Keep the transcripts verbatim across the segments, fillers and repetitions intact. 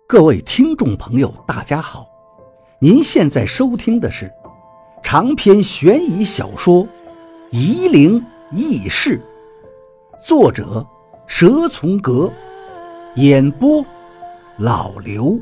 各位听众朋友大家好，您现在收听的是长篇悬疑小说《夷陵轶事》，作者蛇从阁，演播老刘。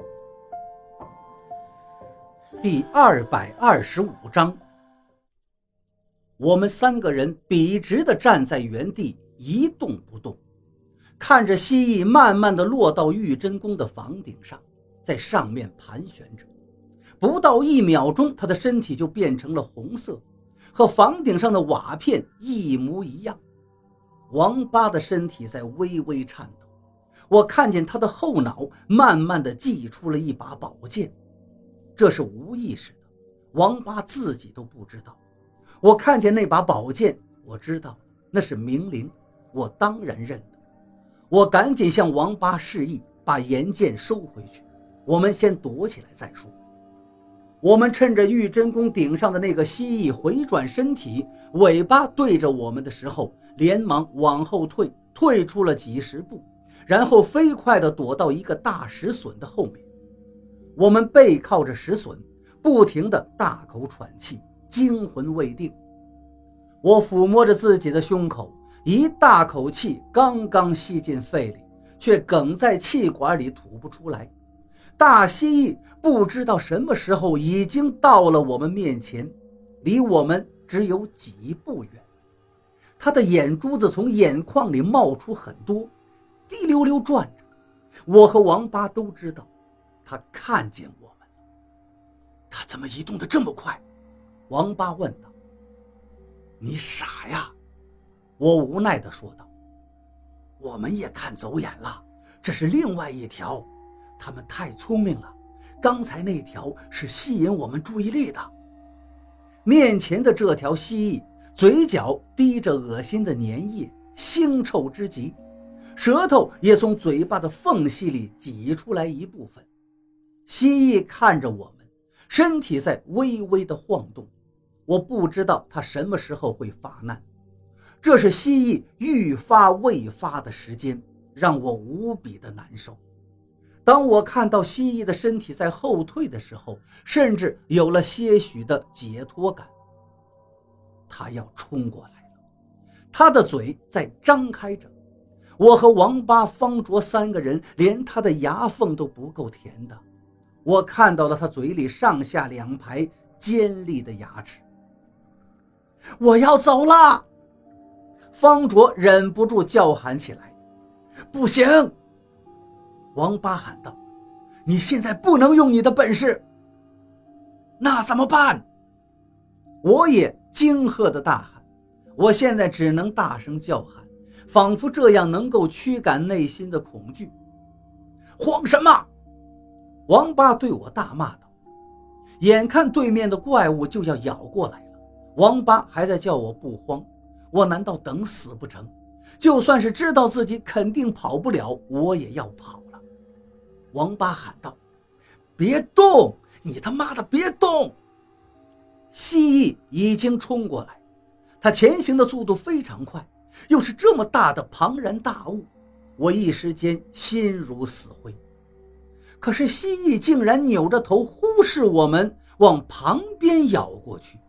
第二百二十五章，我们三个人笔直地站在原地一动不动，看着蜥蜴慢慢地落到玉真宫的房顶上，在上面盘旋着。不到一秒钟，他的身体就变成了红色，和房顶上的瓦片一模一样。王八的身体在微微颤抖，我看见他的后脑慢慢地祭出了一把宝剑，这是无意识的，王八自己都不知道。我看见那把宝剑，我知道那是明灵，我当然认得。我赶紧向王八示意，把岩剑收回去，我们先躲起来再说。我们趁着玉真宫顶上的那个蜥蜴回转身体，尾巴对着我们的时候，连忙往后退，退出了几十步，然后飞快地躲到一个大石笋的后面。我们背靠着石笋，不停地大口喘气，惊魂未定。我抚摸着自己的胸口，一大口气刚刚吸进肺里，却哽在气管里吐不出来。大蜥蜴不知道什么时候已经到了我们面前，离我们只有几步远。它的眼珠子从眼眶里冒出很多，滴溜溜转着。我和王八都知道它看见我们了。它怎么移动得这么快？王八问道。你傻呀，我无奈地说道。我们也看走眼了，这是另外一条，他们太聪明了，刚才那条是吸引我们注意力的。面前的这条蜥蜴嘴角滴着恶心的粘液，腥臭之极，舌头也从嘴巴的缝隙里挤出来一部分。蜥蜴看着我们，身体在微微的晃动，我不知道它什么时候会发难。这是蜥蜴愈发未发的时间，让我无比的难受。当我看到蜥蜴的身体在后退的时候，甚至有了些许的解脱感。它要冲过来了，它的嘴在张开着。我和王八、方卓三个人连它的牙缝都不够填的。我看到了它嘴里上下两排尖利的牙齿。我要走了！方卓忍不住叫喊起来。不行！王八喊道，你现在不能用你的本事。那怎么办？我也惊喝的大喊。我现在只能大声叫喊，仿佛这样能够驱赶内心的恐惧。慌什么？王八对我大骂道。眼看对面的怪物就要咬过来了，王八还在叫我不慌，我难道等死不成？就算是知道自己肯定跑不了，我也要跑了。王八喊道，别动，你他妈的别动！蜥蜴已经冲过来，它前行的速度非常快，又是这么大的庞然大物，我一时间心如死灰。可是蜥蜴竟然扭着头忽视我们，往旁边咬过去。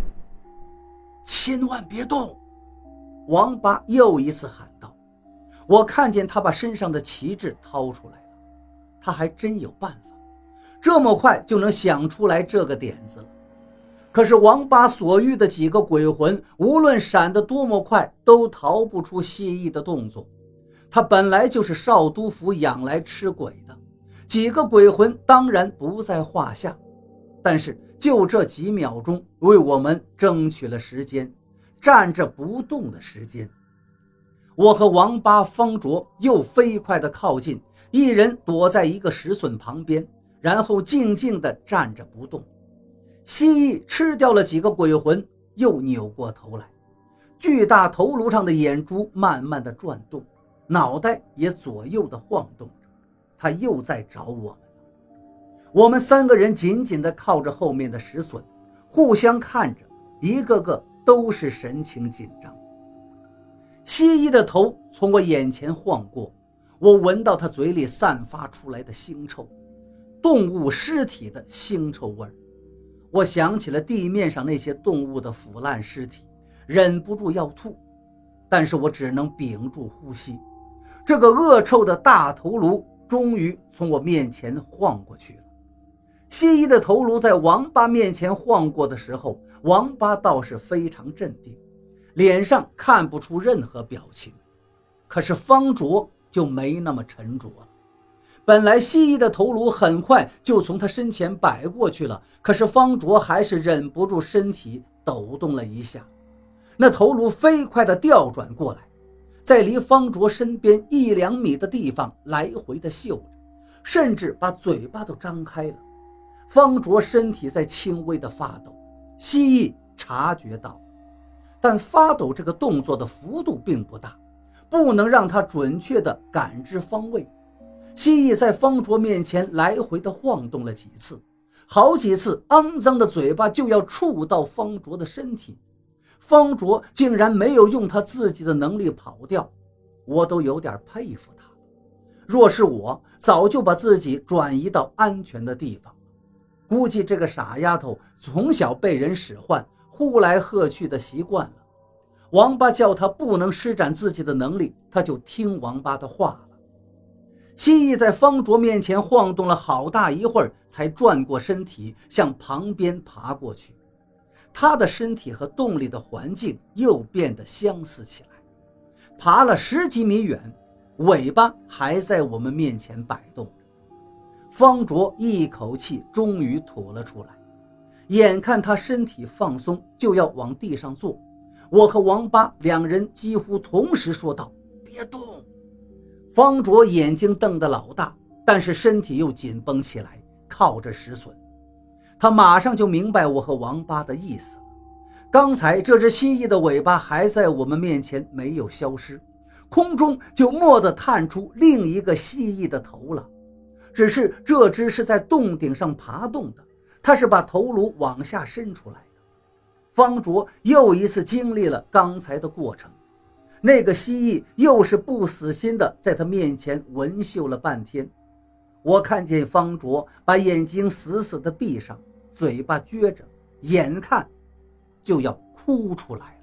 千万别动！王八又一次喊道。我看见他把身上的旗帜掏出来了，他还真有办法，这么快就能想出来这个点子了。可是王八所遇的几个鬼魂，无论闪得多么快，都逃不出蜥蜴的动作。他本来就是少督府养来吃鬼的，几个鬼魂当然不在话下，但是就这几秒钟为我们争取了时间，站着不动的时间。我和王八、方卓又飞快地靠近，一人躲在一个石笋旁边，然后静静地站着不动。蜥蜴吃掉了几个鬼魂，又扭过头来，巨大头颅上的眼珠慢慢地转动，脑袋也左右地晃动着，它又在找我们了。我们三个人紧紧地靠着后面的石笋，互相看着，一个个都是神情紧张。蜥蜴的头从我眼前晃过， 我闻到它嘴里散发出来的腥臭，动物尸体的腥臭味儿。我想起了地面上那些动物的腐烂尸体，忍不住要吐，但是我只能屏住呼吸。这个恶臭的大头颅终于从我面前晃过去了。西医的头颅在王八面前晃过的时候，王八倒是非常镇定，脸上看不出任何表情。可是方卓就没那么沉着了。本来西医的头颅很快就从他身前摆过去了，可是方卓还是忍不住身体抖动了一下，那头颅飞快地调转过来，在离方卓身边一两米的地方来回地嗅着，甚至把嘴巴都张开了。方卓身体在轻微的发抖，蜥蜴察觉到，但发抖这个动作的幅度并不大，不能让他准确地感知方位。蜥蜴在方卓面前来回地晃动了几次，好几次肮脏的嘴巴就要触到方卓的身体，方卓竟然没有用他自己的能力跑掉，我都有点佩服他。若是我，早就把自己转移到安全的地方。估计这个傻丫头从小被人使唤，呼来喝去的习惯了。王八叫她不能施展自己的能力，她就听王八的话了。蜥蜴在方卓面前晃动了好大一会儿，才转过身体向旁边爬过去。他的身体和洞里的环境又变得相似起来。爬了十几米远，尾巴还在我们面前摆动着。方卓一口气终于吐了出来，眼看他身体放松，就要往地上坐，我和王八两人几乎同时说道：“别动！”方卓眼睛瞪得老大，但是身体又紧绷起来，靠着石笋。他马上就明白我和王八的意思了。刚才这只蜥蜴的尾巴还在我们面前没有消失，空中就蓦地探出另一个蜥蜴的头了。只是这只是在洞顶上爬动的，它是把头颅往下伸出来的。方卓又一次经历了刚才的过程，那个蜥蜴又是不死心的在他面前闻嗅了半天。我看见方卓把眼睛死死地闭上，嘴巴撅着，眼看就要哭出来。